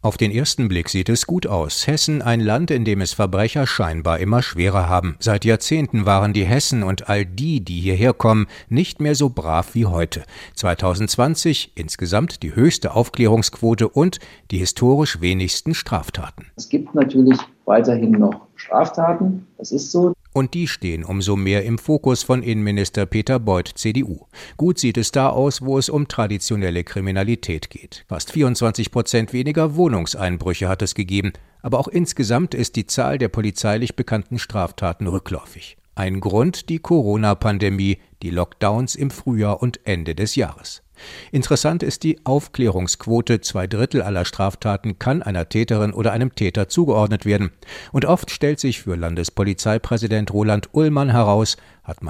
Auf den ersten Blick sieht es gut aus. Hessen, ein Land, in dem es Verbrecher scheinbar immer schwerer haben. Seit Jahrzehnten waren die Hessen und all die hierher kommen, nicht mehr so brav wie heute. 2020 insgesamt die höchste Aufklärungsquote und die historisch wenigsten Straftaten. Es gibt natürlich weiterhin noch Straftaten, das ist so. Und die stehen umso mehr im Fokus von Innenminister Peter Beuth, CDU. Gut sieht es da aus, wo es um traditionelle Kriminalität geht. Fast 24% weniger Wohnungseinbrüche hat es gegeben. Aber auch insgesamt ist die Zahl der polizeilich bekannten Straftaten rückläufig. Ein Grund die Corona-Pandemie, die Lockdowns im Frühjahr und Ende des Jahres. Interessant ist die Aufklärungsquote. 2/3 aller Straftaten kann einer Täterin oder einem Täter zugeordnet werden. Und oft stellt sich für Landespolizeipräsident Roland Ullmann heraus, hat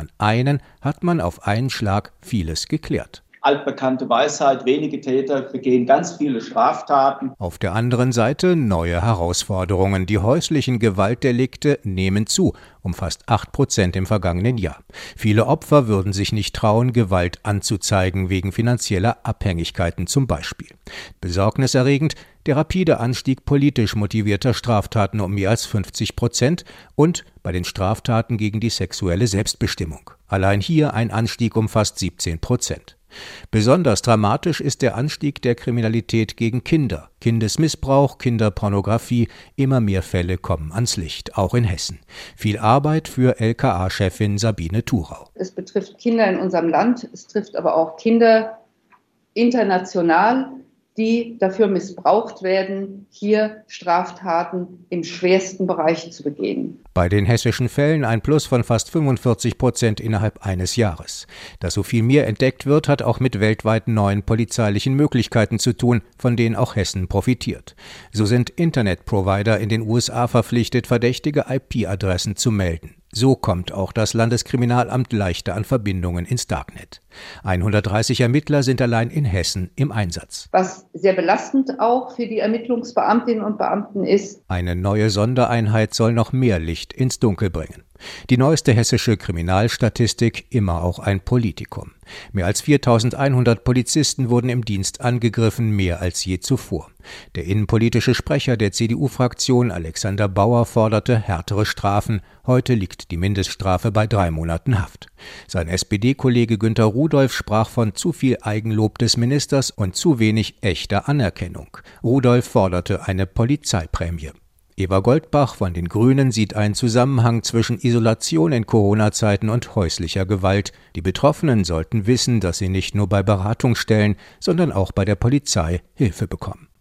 man auf einen Schlag vieles geklärt. Altbekannte Weisheit, wenige Täter begehen ganz viele Straftaten. Auf der anderen Seite neue Herausforderungen. Die häuslichen Gewaltdelikte nehmen zu, um fast 8% im vergangenen Jahr. Viele Opfer würden sich nicht trauen, Gewalt anzuzeigen, wegen finanzieller Abhängigkeiten zum Beispiel. Besorgniserregend der rapide Anstieg politisch motivierter Straftaten um mehr als 50% und bei den Straftaten gegen die sexuelle Selbstbestimmung. Allein hier ein Anstieg um fast 17%. Besonders dramatisch ist der Anstieg der Kriminalität gegen Kinder. Kindesmissbrauch, Kinderpornografie, immer mehr Fälle kommen ans Licht, auch in Hessen. Viel Arbeit für LKA-Chefin Sabine Thurau. Es betrifft Kinder in unserem Land, es trifft aber auch Kinder international, die dafür missbraucht werden, hier Straftaten im schwersten Bereich zu begehen. Bei den hessischen Fällen ein Plus von fast 45% innerhalb eines Jahres. Dass so viel mehr entdeckt wird, hat auch mit weltweit neuen polizeilichen Möglichkeiten zu tun, von denen auch Hessen profitiert. So sind Internetprovider in den USA verpflichtet, verdächtige IP-Adressen zu melden. So kommt auch das Landeskriminalamt leichter an Verbindungen ins Darknet. 130 Ermittler sind allein in Hessen im Einsatz. Was sehr belastend auch für die Ermittlungsbeamtinnen und Beamten ist. Eine neue Sondereinheit soll noch mehr Licht ins Dunkel bringen. Die neueste hessische Kriminalstatistik, immer auch ein Politikum. Mehr als 4.100 Polizisten wurden im Dienst angegriffen, mehr als je zuvor. Der innenpolitische Sprecher der CDU-Fraktion, Alexander Bauer, forderte härtere Strafen. Heute liegt die Mindeststrafe bei 3 Monaten Haft. Sein SPD-Kollege Günter Rudolph sprach von zu viel Eigenlob des Ministers und zu wenig echter Anerkennung. Rudolph forderte eine Polizeiprämie. Eva Goldbach von den Grünen sieht einen Zusammenhang zwischen Isolation in Corona-Zeiten und häuslicher Gewalt. Die Betroffenen sollten wissen, dass sie nicht nur bei Beratungsstellen, sondern auch bei der Polizei Hilfe bekommen.